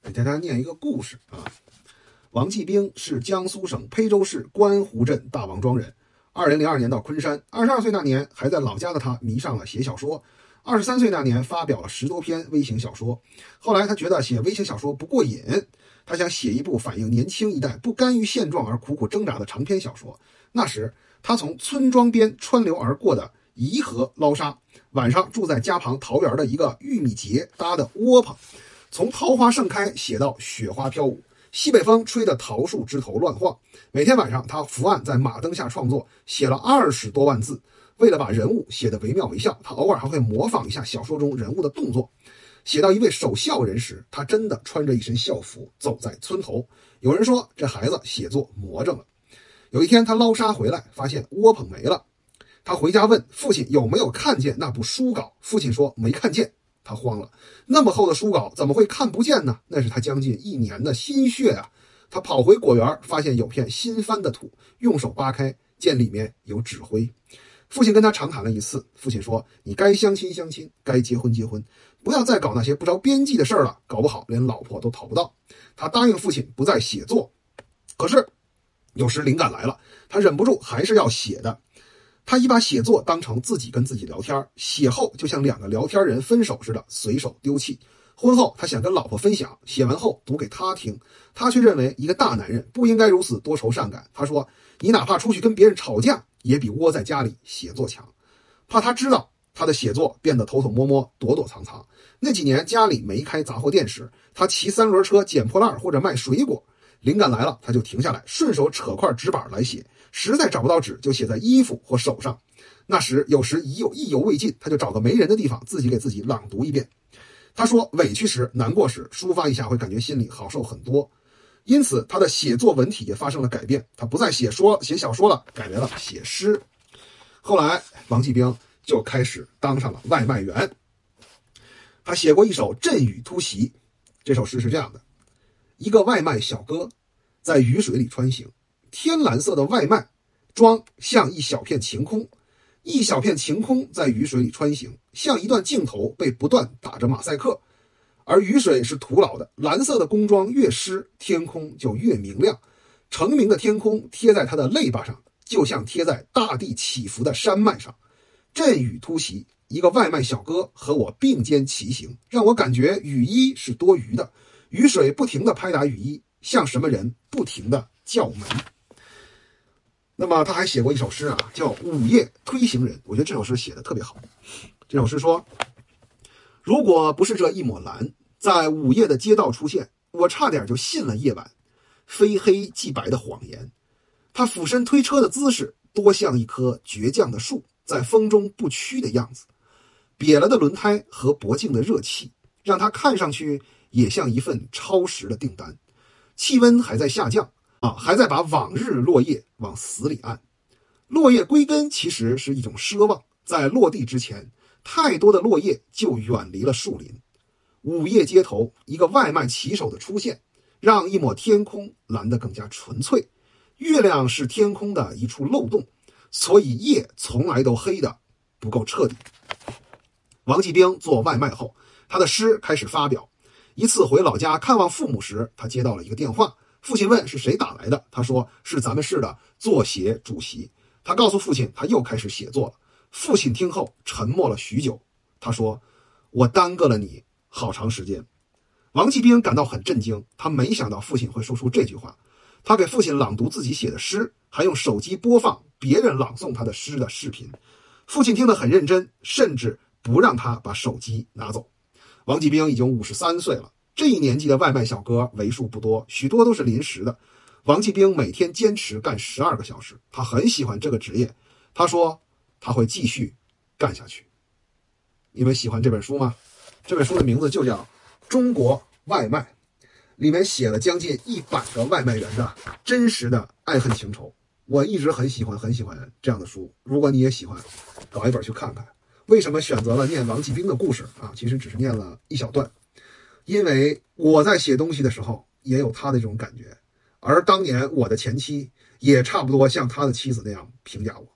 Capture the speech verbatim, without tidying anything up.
给大家念一个故事啊。王继兵是江苏省邳州市观湖镇大王庄人。二零零二年到昆山，二十二岁那年还在老家的他迷上了写小说。二十三岁那年发表了十多篇微型小说。后来他觉得写微型小说不过瘾，他想写一部反映年轻一代不甘于现状而苦苦挣扎的长篇小说。那时他从村庄边穿流而过的沂河捞沙，晚上住在家旁桃园的一个玉米节搭的窝棚，从桃花盛开写到雪花飘舞，西北风吹得桃树枝头乱晃。每天晚上他伏案在马灯下创作，写了二十多万字。为了把人物写得惟妙惟肖，他偶尔还会模仿一下小说中人物的动作。写到一位守孝人时，他真的穿着一身校服走在村头。有人说这孩子写作魔怔了。有一天他捞沙回来，发现窝棚没了。他回家问父亲有没有看见那部书稿，父亲说没看见。他慌了，那么厚的书稿怎么会看不见呢？那是他将近一年的心血啊！他跑回果园，发现有片新翻的土，用手扒开，见里面有纸灰。父亲跟他长谈了一次，父亲说你该相亲相亲，该结婚结婚，不要再搞那些不着边际的事儿了，搞不好连老婆都讨不到。他答应父亲不再写作，可是有时灵感来了，他忍不住还是要写的。他已把写作当成自己跟自己聊天，写后就像两个聊天人分手似的随手丢弃。婚后他想跟老婆分享，写完后读给他听，他却认为一个大男人不应该如此多愁善感。他说你哪怕出去跟别人吵架，也比窝在家里写作强。怕他知道他的写作，变得偷偷摸摸躲躲藏藏。那几年家里没开杂货店时，他骑三轮车捡破烂或者卖水果，灵感来了他就停下来，顺手扯块纸板来写，实在找不到纸就写在衣服或手上。那时有时意犹意犹未尽，他就找个没人的地方自己给自己朗读一遍。他说委屈时难过时抒发一下会感觉心里好受很多，因此他的写作文体也发生了改变，他不再写说写小说了，改为了写诗。后来王继兵就开始当上了外卖员。他写过一首《阵雨突袭》，这首诗是这样的：一个外卖小哥在雨水里穿行，天蓝色的外卖装像一小片晴空，一小片晴空在雨水里穿行，像一段镜头被不断打着马赛克。而雨水是徒劳的，蓝色的工装越湿，天空就越明亮。澄明的天空贴在他的肋巴上，就像贴在大地起伏的山脉上。阵雨突袭，一个外卖小哥和我并肩骑行，让我感觉雨衣是多余的，雨水不停地拍打雨衣，像什么人不停地叫门。那么他还写过一首诗啊，叫《午夜推行人》，我觉得这首诗写得特别好。这首诗说，如果不是这一抹蓝在午夜的街道出现，我差点就信了夜晚非黑即白的谎言。他俯身推车的姿势多像一棵倔强的树在风中不屈的样子，瘪了的轮胎和脖颈的热气让他看上去也像一份超时的订单。气温还在下降啊，还在把往日落叶往死里按。落叶归根其实是一种奢望，在落地之前，太多的落叶就远离了树林。午夜街头，一个外卖骑手的出现，让一抹天空蓝得更加纯粹。月亮是天空的一处漏洞，所以夜从来都黑的不够彻底。王继兵做外卖后，他的诗开始发表。一次回老家看望父母时，他接到了一个电话，父亲问是谁打来的，他说是咱们市的作协主席。他告诉父亲他又开始写作了。父亲听后沉默了许久，他说我耽搁了你好长时间。王继兵感到很震惊，他没想到父亲会说出这句话。他给父亲朗读自己写的诗，还用手机播放别人朗诵他的诗的视频。父亲听得很认真，甚至不让他把手机拿走。王继兵已经五十三岁了，这一年纪的外卖小哥为数不多，许多都是临时的。王继兵每天坚持干十二个小时，他很喜欢这个职业。他说他会继续干下去。你们喜欢这本书吗？这本书的名字就叫《中国外卖》，里面写了将近一百个外卖员的真实的爱恨情仇。我一直很喜欢很喜欢这样的书，如果你也喜欢，搞一本去看看。为什么选择了念王继兵的故事啊？其实只是念了一小段，因为我在写东西的时候也有他的这种感觉，而当年我的前妻也差不多像他的妻子那样评价我。